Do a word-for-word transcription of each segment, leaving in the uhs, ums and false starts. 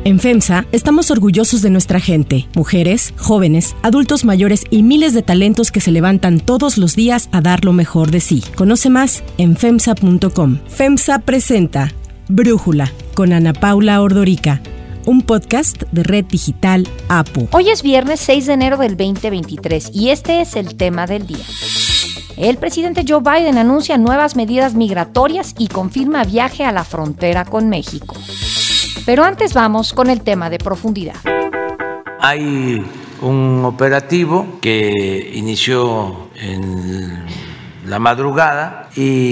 En FEMSA estamos orgullosos de nuestra gente, mujeres, jóvenes, adultos mayores y miles de talentos que se levantan todos los días a dar lo mejor de sí. Conoce más en femsa punto com. FEMSA presenta Brújula con Ana Paula Ordorica, un podcast de Red Digital A P U. Hoy es viernes seis de enero del veinte veintitrés y este es el tema del día. El presidente Joe Biden anuncia nuevas medidas migratorias y confirma viaje a la frontera con México. Pero antes vamos con el tema de profundidad. Hay un operativo que inició en la madrugada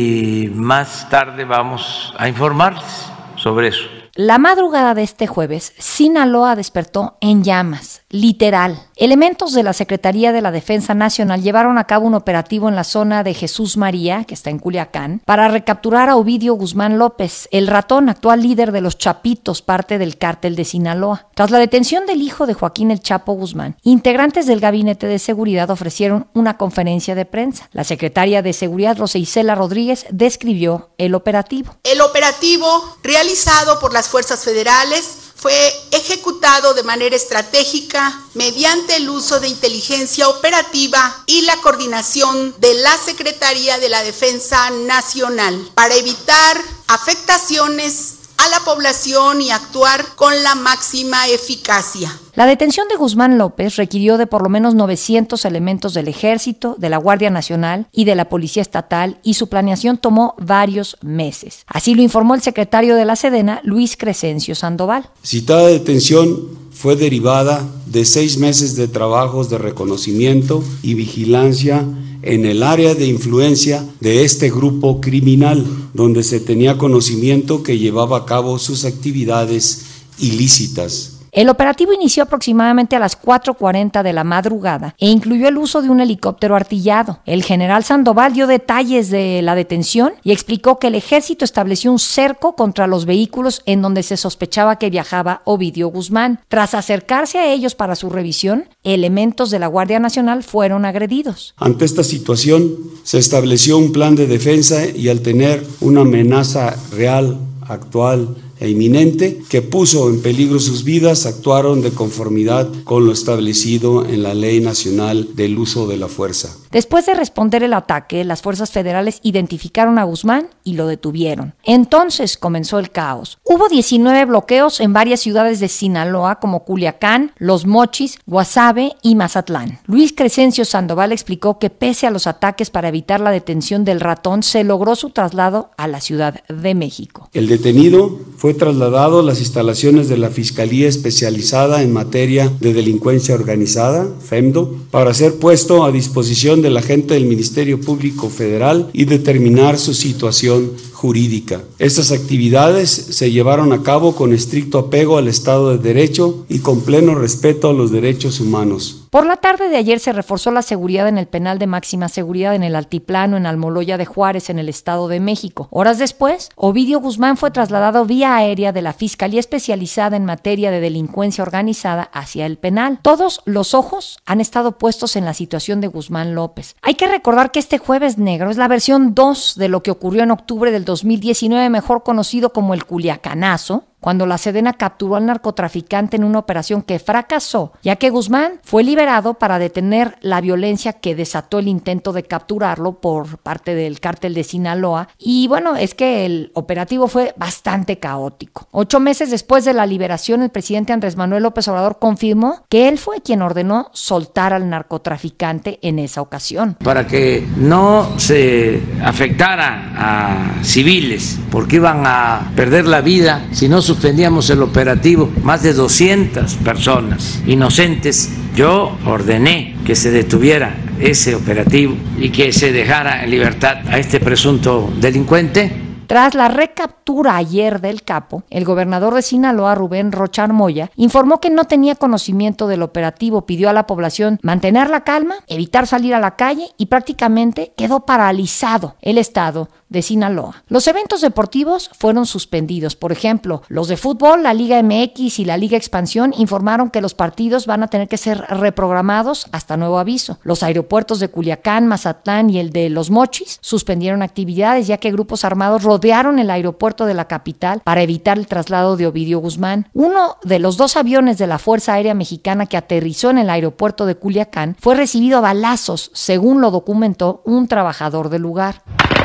y más tarde vamos a informarles sobre eso. La madrugada de este jueves, Sinaloa despertó en llamas, literal. Elementos de la Secretaría de la Defensa Nacional llevaron a cabo un operativo en la zona de Jesús María, que está en Culiacán, para recapturar a Ovidio Guzmán López, el ratón, actual líder de los Chapitos, parte del cártel de Sinaloa. Tras la detención del hijo de Joaquín El Chapo Guzmán, integrantes del Gabinete de Seguridad ofrecieron una conferencia de prensa. La secretaria de Seguridad, Rosa Isela Rodríguez, describió el operativo. El operativo realizado por las fuerzas federales fue ejecutado de manera estratégica mediante el uso de inteligencia operativa y la coordinación de la Secretaría de la Defensa Nacional para evitar afectaciones a la población y actuar con la máxima eficacia. La detención de Guzmán López requirió de por lo menos novecientos elementos del Ejército, de la Guardia Nacional y de la Policía Estatal, y su planeación tomó varios meses. Así lo informó el secretario de la Sedena, Luis Crescencio Sandoval. Citada detención fue derivada de seis meses de trabajos de reconocimiento y vigilancia en el área de influencia de este grupo criminal, donde se tenía conocimiento que llevaba a cabo sus actividades ilícitas. El operativo inició aproximadamente a las cuatro cuarenta de la madrugada e incluyó el uso de un helicóptero artillado. El general Sandoval dio detalles de la detención y explicó que el ejército estableció un cerco contra los vehículos en donde se sospechaba que viajaba Ovidio Guzmán. Tras acercarse a ellos para su revisión, elementos de la Guardia Nacional fueron agredidos. Ante esta situación, se estableció un plan de defensa y al tener una amenaza real, actual e inminente que puso en peligro sus vidas, actuaron de conformidad con lo establecido en la Ley Nacional del Uso de la Fuerza. Después de responder el ataque, las fuerzas federales identificaron a Guzmán y lo detuvieron. Entonces comenzó el caos. Hubo diecinueve bloqueos en varias ciudades de Sinaloa como Culiacán, Los Mochis, Guasave y Mazatlán. Luis Crescencio Sandoval explicó que pese a los ataques para evitar la detención del ratón, se logró su traslado a la Ciudad de México. El detenido fue trasladado a las instalaciones de la Fiscalía Especializada en Materia de Delincuencia Organizada, FEMDO, para ser puesto a disposición del agente del Ministerio Público Federal y determinar su situación jurídica. Estas actividades se llevaron a cabo con estricto apego al Estado de Derecho y con pleno respeto a los derechos humanos. Por la tarde de ayer se reforzó la seguridad en el penal de máxima seguridad en el Altiplano, en Almoloya de Juárez, en el Estado de México. Horas después, Ovidio Guzmán fue trasladado vía aérea de la Fiscalía Especializada en Materia de Delincuencia Organizada hacia el penal. Todos los ojos han estado puestos en la situación de Guzmán López. Hay que recordar que este Jueves Negro es la versión dos de lo que ocurrió en octubre del dos mil diecinueve, mejor conocido como el Culiacanazo, cuando la Sedena capturó al narcotraficante en una operación que fracasó, ya que Guzmán fue liberado para detener la violencia que desató el intento de capturarlo por parte del cártel de Sinaloa. Y bueno, es que el operativo fue bastante caótico. Ocho meses después de la liberación, el presidente Andrés Manuel López Obrador confirmó que él fue quien ordenó soltar al narcotraficante en esa ocasión. Para que no se afectara a civiles, porque iban a perder la vida si no suspendíamos el operativo, más de doscientas personas inocentes. Yo ordené que se detuviera ese operativo y que se dejara en libertad a este presunto delincuente. Tras la recaptura ayer del capo, el gobernador de Sinaloa, Rubén Rocha Armoya, informó que no tenía conocimiento del operativo, pidió a la población mantener la calma, evitar salir a la calle y prácticamente quedó paralizado el estado de Sinaloa. Los eventos deportivos fueron suspendidos. Por ejemplo, los de fútbol, la Liga M X y la Liga Expansión informaron que los partidos van a tener que ser reprogramados hasta nuevo aviso. Los aeropuertos de Culiacán, Mazatlán y el de Los Mochis suspendieron actividades ya que grupos armados rodearon el aeropuerto de la capital para evitar el traslado de Ovidio Guzmán. Uno de los dos aviones de la Fuerza Aérea Mexicana que aterrizó en el aeropuerto de Culiacán fue recibido a balazos, según lo documentó un trabajador del lugar.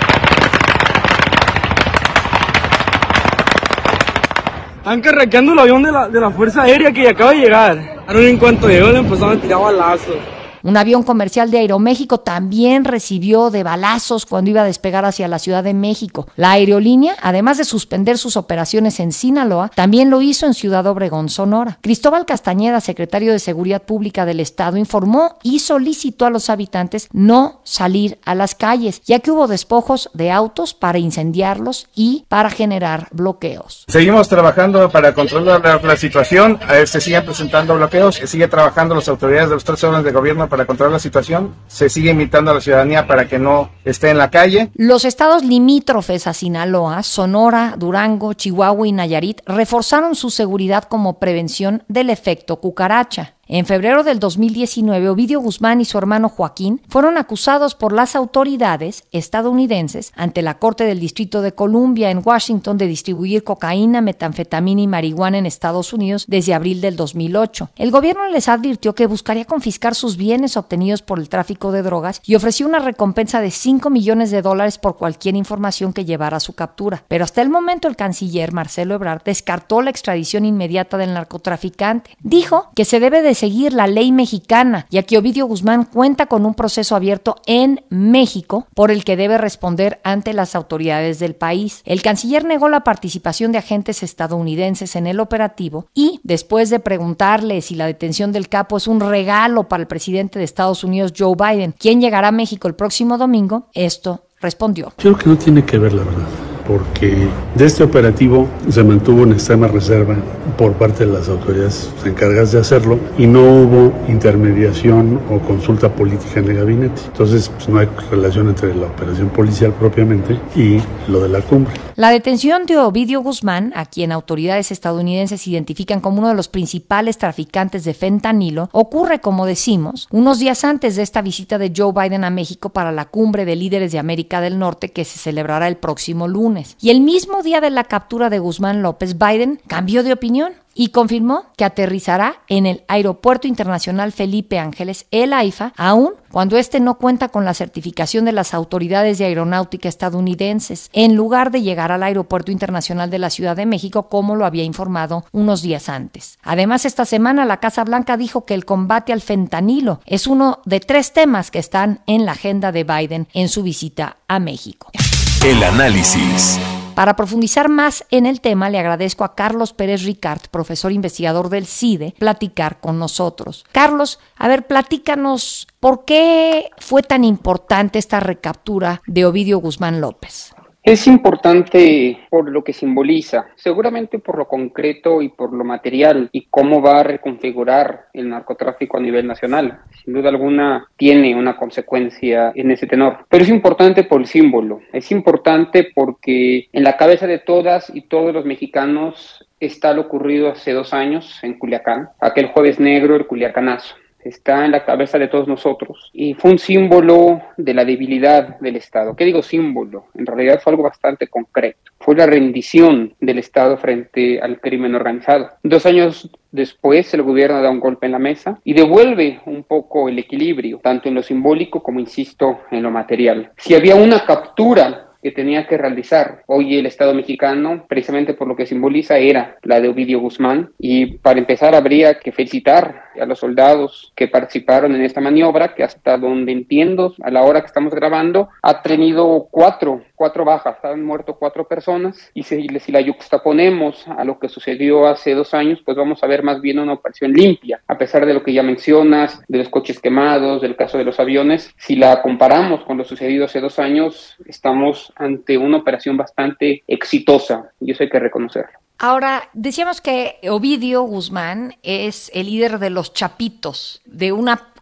Están carraqueando el avión de la, de la Fuerza Aérea que ya acaba de llegar. Ahora en cuanto llegó le empezaron a tirar balazos. Un avión comercial de Aeroméxico también recibió de balazos cuando iba a despegar hacia la Ciudad de México. La aerolínea, además de suspender sus operaciones en Sinaloa, también lo hizo en Ciudad Obregón, Sonora. Cristóbal Castañeda, secretario de Seguridad Pública del Estado, informó y solicitó a los habitantes no salir a las calles, ya que hubo despojos de autos para incendiarlos y para generar bloqueos. Seguimos trabajando para controlar la, la situación. Eh, se siguen presentando bloqueos, se sigue trabajando las autoridades de los tres órdenes de gobierno para controlar la situación, se sigue invitando a la ciudadanía para que no esté en la calle. Los estados limítrofes a Sinaloa, Sonora, Durango, Chihuahua y Nayarit reforzaron su seguridad como prevención del efecto cucaracha. En febrero del dos mil diecinueve, Ovidio Guzmán y su hermano Joaquín fueron acusados por las autoridades estadounidenses ante la Corte del Distrito de Columbia en Washington de distribuir cocaína, metanfetamina y marihuana en Estados Unidos desde abril del dos mil ocho. El gobierno les advirtió que buscaría confiscar sus bienes obtenidos por el tráfico de drogas y ofreció una recompensa de cinco millones de dólares por cualquier información que llevara a su captura. Pero hasta el momento el canciller Marcelo Ebrard descartó la extradición inmediata del narcotraficante. Dijo que se debe de seguir la ley mexicana, ya que Ovidio Guzmán cuenta con un proceso abierto en México por el que debe responder ante las autoridades del país. El canciller negó la participación de agentes estadounidenses en el operativo y, después de preguntarle si la detención del capo es un regalo para el presidente de Estados Unidos, Joe Biden, quien llegará a México el próximo domingo, esto respondió. Yo creo que no tiene que ver, la verdad, porque de este operativo se mantuvo una extrema reserva por parte de las autoridades encargadas de hacerlo y no hubo intermediación o consulta política en el gabinete. Entonces, pues, no hay relación entre la operación policial propiamente y lo de la cumbre. La detención de Ovidio Guzmán, a quien autoridades estadounidenses identifican como uno de los principales traficantes de fentanilo, ocurre, como decimos, unos días antes de esta visita de Joe Biden a México para la cumbre de líderes de América del Norte que se celebrará el próximo lunes. Y el mismo día de la captura de Guzmán López, Biden cambió de opinión y confirmó que aterrizará en el Aeropuerto Internacional Felipe Ángeles, el AIFA, aún cuando este no cuenta con la certificación de las autoridades de aeronáutica estadounidenses, en lugar de llegar al Aeropuerto Internacional de la Ciudad de México, como lo había informado unos días antes. Además, esta semana la Casa Blanca dijo que el combate al fentanilo es uno de tres temas que están en la agenda de Biden en su visita a México. El análisis. Para profundizar más en el tema, le agradezco a Carlos Pérez Ricart, profesor investigador del CIDE, platicar con nosotros. Carlos, a ver, platícanos, ¿por qué fue tan importante esta recaptura de Ovidio Guzmán López? Es importante por lo que simboliza, seguramente por lo concreto y por lo material y cómo va a reconfigurar el narcotráfico a nivel nacional. Sin duda alguna tiene una consecuencia en ese tenor, pero es importante por el símbolo, es importante porque en la cabeza de todas y todos los mexicanos está lo ocurrido hace dos años en Culiacán, aquel jueves negro, el culiacanazo. Está en la cabeza de todos nosotros y fue un símbolo de la debilidad del Estado. ¿Qué digo símbolo? En realidad fue algo bastante concreto. Fue la rendición del Estado frente al crimen organizado. Dos años después el gobierno da un golpe en la mesa y devuelve un poco el equilibrio, tanto en lo simbólico como, insisto, en lo material. Si había una captura que tenía que realizar hoy el Estado mexicano, precisamente por lo que simboliza, era la de Ovidio Guzmán. Y para empezar habría que felicitar a los soldados que participaron en esta maniobra, que hasta donde entiendo, a la hora que estamos grabando, ha tenido cuatro, cuatro bajas, han muerto cuatro personas, y si, si la yuxtaponemos a lo que sucedió hace dos años, pues vamos a ver más bien una operación limpia, a pesar de lo que ya mencionas, de los coches quemados, del caso de los aviones. Si la comparamos con lo sucedido hace dos años, estamos ante una operación bastante exitosa, y eso hay que reconocerlo. Ahora, decíamos que Ovidio Guzmán es el líder de los Chapitos, de una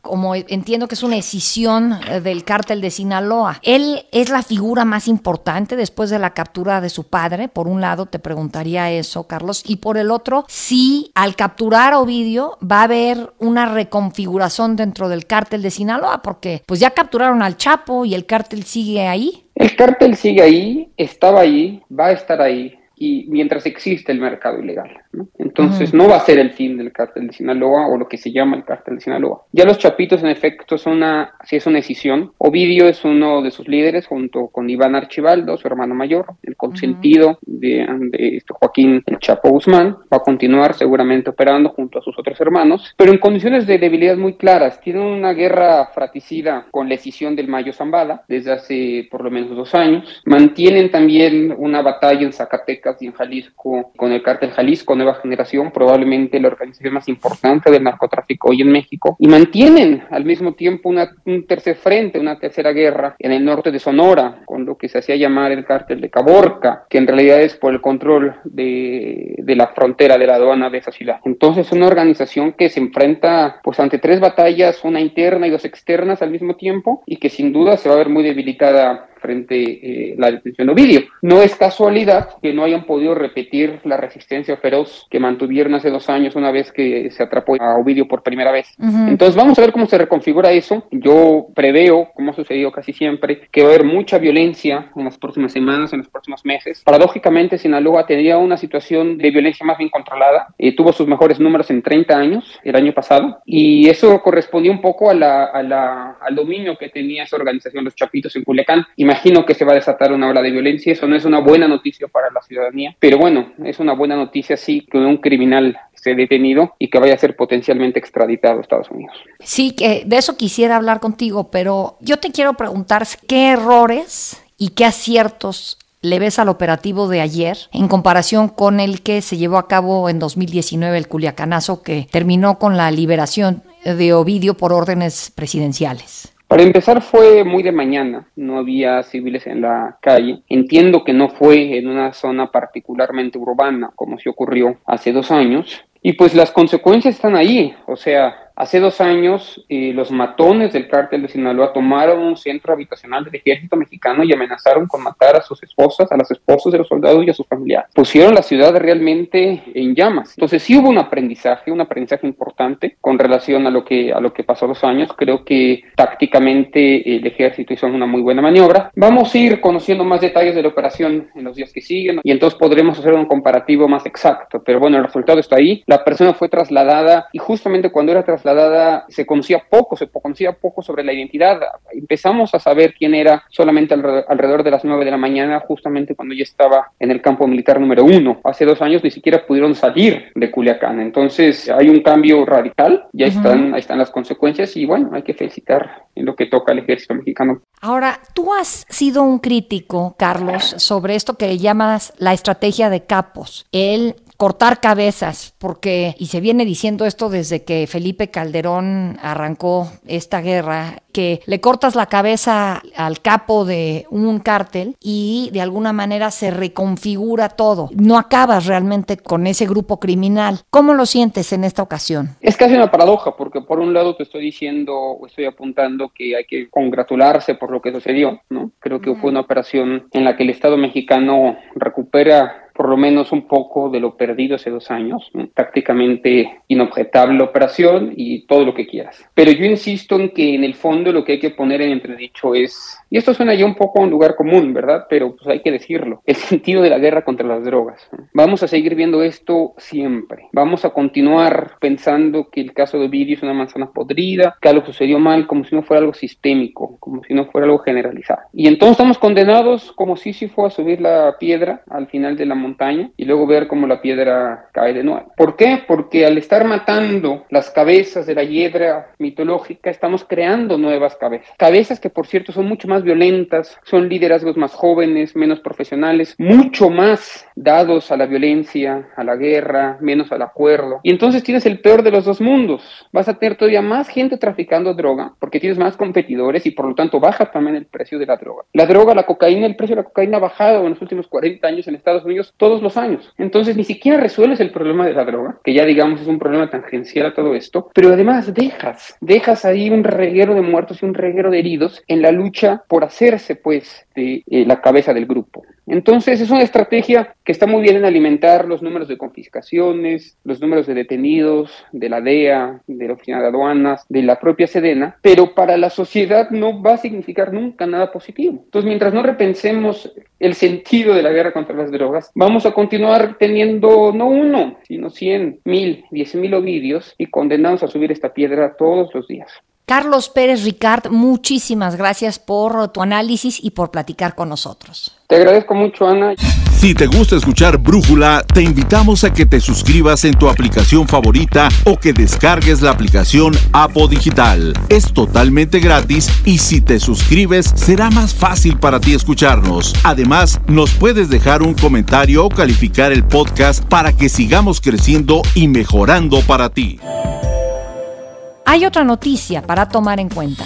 como entiendo que es una escisión del cártel de Sinaloa. Él es la figura más importante después de la captura de su padre. Por un lado, te preguntaría eso, Carlos. Y por el otro, si al capturar a Ovidio va a haber una reconfiguración dentro del cártel de Sinaloa, porque pues ya capturaron al Chapo y el cártel sigue ahí. El cártel sigue ahí, estaba ahí, va a estar ahí, y mientras existe el mercado ilegal, ¿no? Entonces uh-huh. no va a ser el fin del cártel de Sinaloa o lo que se llama el cártel de Sinaloa. Ya los Chapitos en efecto son una, sí es una escisión. Ovidio es uno de sus líderes junto con Iván Archibaldo, su hermano mayor, el consentido uh-huh. de, de este Joaquín el Chapo Guzmán. Va a continuar seguramente operando junto a sus otros hermanos, pero en condiciones de debilidad muy claras. Tienen una guerra fratricida con la escisión del Mayo Zambada desde hace por lo menos dos años. Mantienen también una batalla en Zacatecas y en Jalisco con el cártel Jalisco Nueva Generación, probablemente la organización más importante del narcotráfico hoy en México, y mantienen al mismo tiempo una, un tercer frente, una tercera guerra en el norte de Sonora, con lo que se hacía llamar el cártel de Caborca, que en realidad es por el control de, de la frontera de la aduana de esa ciudad. Entonces es una organización que se enfrenta pues ante tres batallas, una interna y dos externas al mismo tiempo, y que sin duda se va a ver muy debilitada frente eh, la detención de Ovidio. No es casualidad que no hayan podido repetir la resistencia feroz que mantuvieron hace dos años una vez que se atrapó a Ovidio por primera vez. Uh-huh. Entonces vamos a ver cómo se reconfigura eso. Yo preveo, como ha sucedido casi siempre, que va a haber mucha violencia en las próximas semanas, en los próximos meses. Paradójicamente, Sinaloa tenía una situación de violencia más bien controlada. Eh, tuvo sus mejores números en treinta años, el año pasado, y eso correspondió un poco a la, a la, al dominio que tenía esa organización, los Chapitos, en Culiacán. Imagino que se va a desatar una ola de violencia. Eso no es una buena noticia para la ciudadanía, pero bueno, es una buena noticia sí que un criminal esté detenido y que vaya a ser potencialmente extraditado a Estados Unidos. Sí, que de eso quisiera hablar contigo, pero yo te quiero preguntar qué errores y qué aciertos le ves al operativo de ayer en comparación con el que se llevó a cabo en dos mil diecinueve, el Culiacanazo, que terminó con la liberación de Ovidio por órdenes presidenciales. Para empezar, fue muy de mañana, no había civiles en la calle. Entiendo que no fue en una zona particularmente urbana, como se ocurrió hace dos años, y pues las consecuencias están ahí. O sea, hace dos años eh, los matones del cártel de Sinaloa tomaron un centro habitacional del ejército mexicano y amenazaron con matar a sus esposas, a las esposas de los soldados y a sus familiares. Pusieron la ciudad realmente en llamas. Entonces sí hubo un aprendizaje, un aprendizaje importante con relación a lo que, a lo que pasó dos años. Creo que tácticamente el ejército hizo una muy buena maniobra. Vamos a ir conociendo más detalles de la operación en los días que siguen y entonces podremos hacer un comparativo más exacto. Pero bueno, el resultado está ahí. La persona fue trasladada y justamente cuando era trasladada se conocía poco, se conocía poco sobre la identidad. Empezamos a saber quién era solamente alrededor de las nueve de la mañana, justamente cuando ya estaba en el campo militar número uno. Hace dos años ni siquiera pudieron salir de Culiacán. Entonces hay un cambio radical, ya uh-huh. están, ahí están las consecuencias y bueno, hay que felicitar en lo que toca al ejército mexicano. Ahora, tú has sido un crítico, Carlos, sobre esto que llamas la estrategia de capos. El cortar cabezas, porque, y se viene diciendo esto desde que Felipe Calderón arrancó esta guerra, que le cortas la cabeza al capo de un cártel y de alguna manera se reconfigura todo. No acabas realmente con ese grupo criminal. ¿Cómo lo sientes en esta ocasión? Es casi una paradoja, porque por un lado te estoy diciendo, o estoy apuntando que hay que congratularse por lo que sucedió, ¿no? Creo que uh-huh. fue una operación en la que el Estado mexicano recupera por lo menos un poco de lo perdido hace dos años, ¿no? Prácticamente inobjetable la operación y todo lo que quieras. Pero yo insisto en que en el fondo lo que hay que poner en entredicho es, y esto suena ya un poco a un lugar común, ¿verdad? Pero pues hay que decirlo, el sentido de la guerra contra las drogas, ¿no? Vamos a seguir viendo esto siempre. Vamos a continuar pensando que el caso de Ovidio es una manzana podrida, que algo sucedió mal, como si no fuera algo sistémico, como si no fuera algo generalizado. Y entonces estamos condenados como Sísifo a subir la piedra al final de la montaña y luego ver cómo la piedra cae de nuevo. ¿Por qué? Porque al estar matando las cabezas de la hiedra mitológica, estamos creando nuevas cabezas. Cabezas que, por cierto, son mucho más violentas, son liderazgos más jóvenes, menos profesionales, mucho más dados a la violencia, a la guerra, menos al acuerdo. Y entonces tienes el peor de los dos mundos. Vas a tener todavía más gente traficando droga, porque tienes más competidores y por lo tanto baja también el precio de la droga. La droga, la cocaína, el precio de la cocaína ha bajado en los últimos cuarenta años en Estados Unidos todos los años. Entonces ni siquiera resuelves el problema de la droga, que ya digamos es un problema tangencial a todo esto, pero además dejas, dejas ahí un reguero de muertos y un reguero de heridos en la lucha por hacerse pues de eh, la cabeza del grupo. Entonces es una estrategia que está muy bien en alimentar los números de confiscaciones, los números de detenidos, de la D E A, de la Oficina de Aduanas, de la propia Sedena, pero para la sociedad no va a significar nunca nada positivo. Entonces mientras no repensemos el sentido de la guerra contra las drogas, vamos a continuar teniendo no uno, sino cien, mil, diez mil ovidios y condenados a subir esta piedra todos los días. Carlos Pérez Ricard, muchísimas gracias por tu análisis y por platicar con nosotros. Te agradezco mucho, Ana. Si te gusta escuchar Brújula, te invitamos a que te suscribas en tu aplicación favorita o que descargues la aplicación Apo Digital. Es totalmente gratis y si te suscribes será más fácil para ti escucharnos. Además, nos puedes dejar un comentario o calificar el podcast para que sigamos creciendo y mejorando para ti. Hay otra noticia para tomar en cuenta.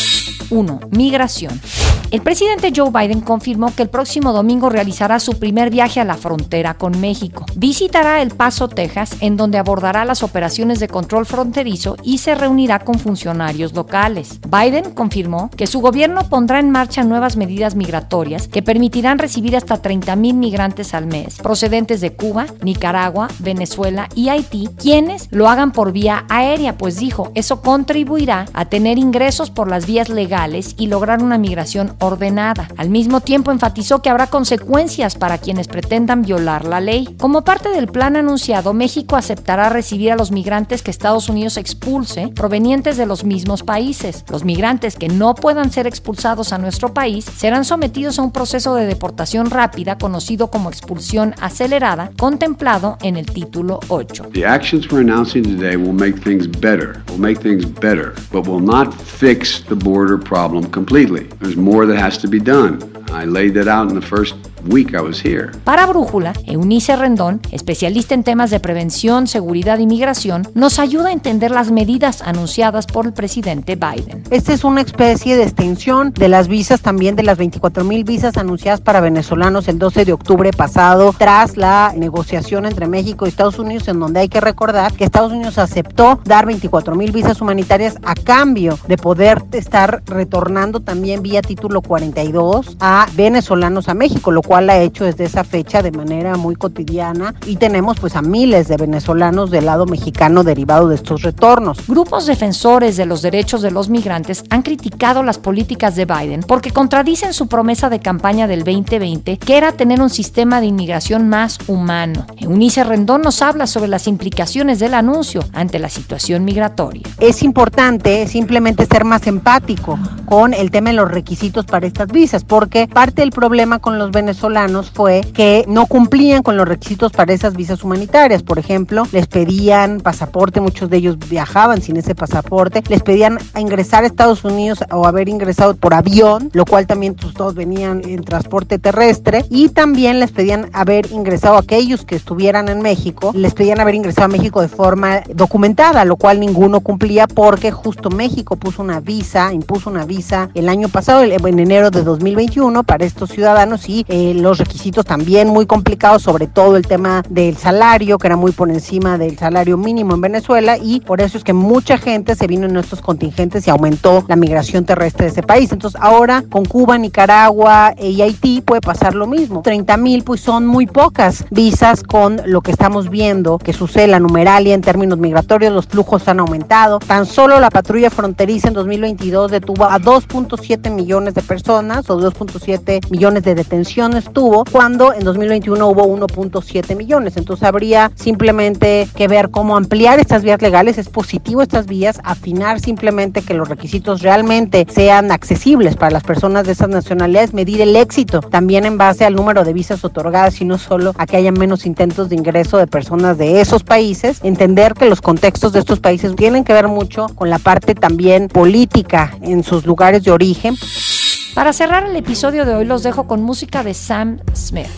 uno. Migración. El presidente Joe Biden confirmó que el próximo domingo realizará su primer viaje a la frontera con México. Visitará El Paso, Texas, en donde abordará las operaciones de control fronterizo y se reunirá con funcionarios locales. Biden confirmó que su gobierno pondrá en marcha nuevas medidas migratorias que permitirán recibir hasta treinta mil migrantes al mes, procedentes de Cuba, Nicaragua, Venezuela y Haití, quienes lo hagan por vía aérea, pues dijo, eso contribuirá a tener ingresos por las vías legales y lograr una migración ordenada. Al mismo tiempo enfatizó que habrá consecuencias para quienes pretendan violar la ley. Como parte del plan anunciado, México aceptará recibir a los migrantes que Estados Unidos expulse provenientes de los mismos países. Los migrantes que no puedan ser expulsados a nuestro país serán sometidos a un proceso de deportación rápida conocido como expulsión acelerada, contemplado en el título ocho. The actions we're announcing today will make things better, will make things better, but will not fix the border problem completely. There's more that has to be done. I laid that out in the first week I was here. Para Brújula, Eunice Rendón, especialista en temas de prevención, seguridad y migración, nos ayuda a entender las medidas anunciadas por el presidente Biden. Esta es una especie de extensión de las visas, también de las veinticuatro mil visas anunciadas para venezolanos el doce de octubre pasado, tras la negociación entre México y Estados Unidos, en donde hay que recordar que Estados Unidos aceptó dar veinticuatro mil visas humanitarias a cambio de poder estar retornando también vía título cuarenta y dos a venezolanos a México, lo cual ha hecho desde esa fecha de manera muy cotidiana, y tenemos pues a miles de venezolanos del lado mexicano derivado de estos retornos. Grupos defensores de los derechos de los migrantes han criticado las políticas de Biden porque contradicen su promesa de campaña del veinte veinte, que era tener un sistema de inmigración más humano. Eunice Rendón nos habla sobre las implicaciones del anuncio ante la situación migratoria. Es importante simplemente ser más empático con el tema de los requisitos para estas visas, porque parte del problema con los venezolanos fue que no cumplían con los requisitos para esas visas humanitarias. Por ejemplo, les pedían pasaporte, muchos de ellos viajaban sin ese pasaporte, les pedían a ingresar a Estados Unidos o haber ingresado por avión, lo cual también pues, todos venían en transporte terrestre, y también les pedían haber ingresado a aquellos que estuvieran en México, les pedían haber ingresado a México de forma documentada, lo cual ninguno cumplía porque justo México puso una visa, impuso una visa el año pasado, en enero de dos mil veintiuno, para estos ciudadanos, y eh, los requisitos también muy complicados, sobre todo el tema del salario, que era muy por encima del salario mínimo en Venezuela, y por eso es que mucha gente se vino en estos contingentes y aumentó la migración terrestre de ese país. Entonces ahora con Cuba, Nicaragua y Haití puede pasar lo mismo. treinta mil pues son muy pocas visas con lo que estamos viendo que sucede la numeralia en términos migratorios. Los flujos han aumentado. Tan solo la patrulla fronteriza en dos mil veintidós detuvo a dos punto siete millones de personas, o dos punto siete millones de detenciones tuvo, cuando en dos mil veintiuno hubo uno punto siete millones. Entonces habría simplemente que ver cómo ampliar estas vías legales. Es positivo estas vías, afinar simplemente que los requisitos realmente sean accesibles para las personas de esas nacionalidades, medir el éxito también en base al número de visas otorgadas y no solo a que haya menos intentos de ingreso de personas de esos países. Entender que los contextos de estos países tienen que ver mucho con la parte también política en sus lugares de origen. Para cerrar el episodio de hoy los dejo con música de Sam Smith.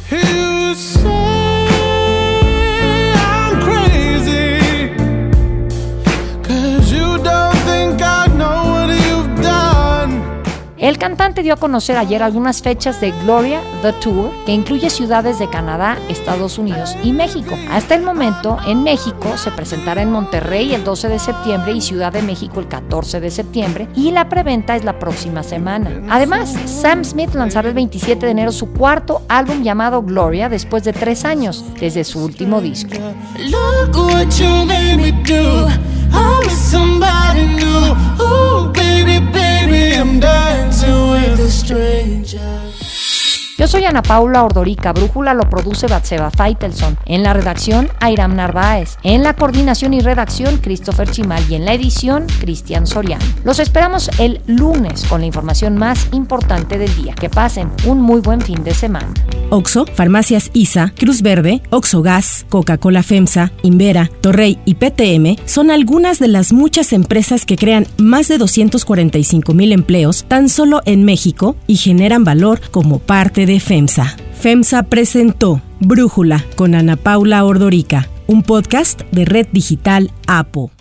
El cantante dio a conocer ayer algunas fechas de Gloria The Tour, que incluye ciudades de Canadá, Estados Unidos y México. Hasta el momento, en México se presentará en Monterrey el doce de septiembre y Ciudad de México el catorce de septiembre, y la preventa es la próxima semana. Además, Sam Smith lanzará el veintisiete de enero su cuarto álbum llamado Gloria después de tres años desde su último disco. Look what you made me do. I'm with somebody new. Ooh, baby, baby, I'm dancing with a stranger. Yo soy Ana Paula Ordorica. Brújula lo produce Batseba Faitelson. En la redacción, Airam Narváez. En la coordinación y redacción, Christopher Chimal. Y en la edición, Cristian Soriano. Los esperamos el lunes con la información más importante del día. Que pasen un muy buen fin de semana. Oxxo, Farmacias I S A, Cruz Verde, Oxxo Gas, Coca-Cola FEMSA, Invera, Torrey y P T M son algunas de las muchas empresas que crean más de doscientos cuarenta y cinco mil empleos tan solo en México y generan valor como parte de FEMSA. FEMSA presentó Brújula con Ana Paula Ordorica, un podcast de Red Digital APO.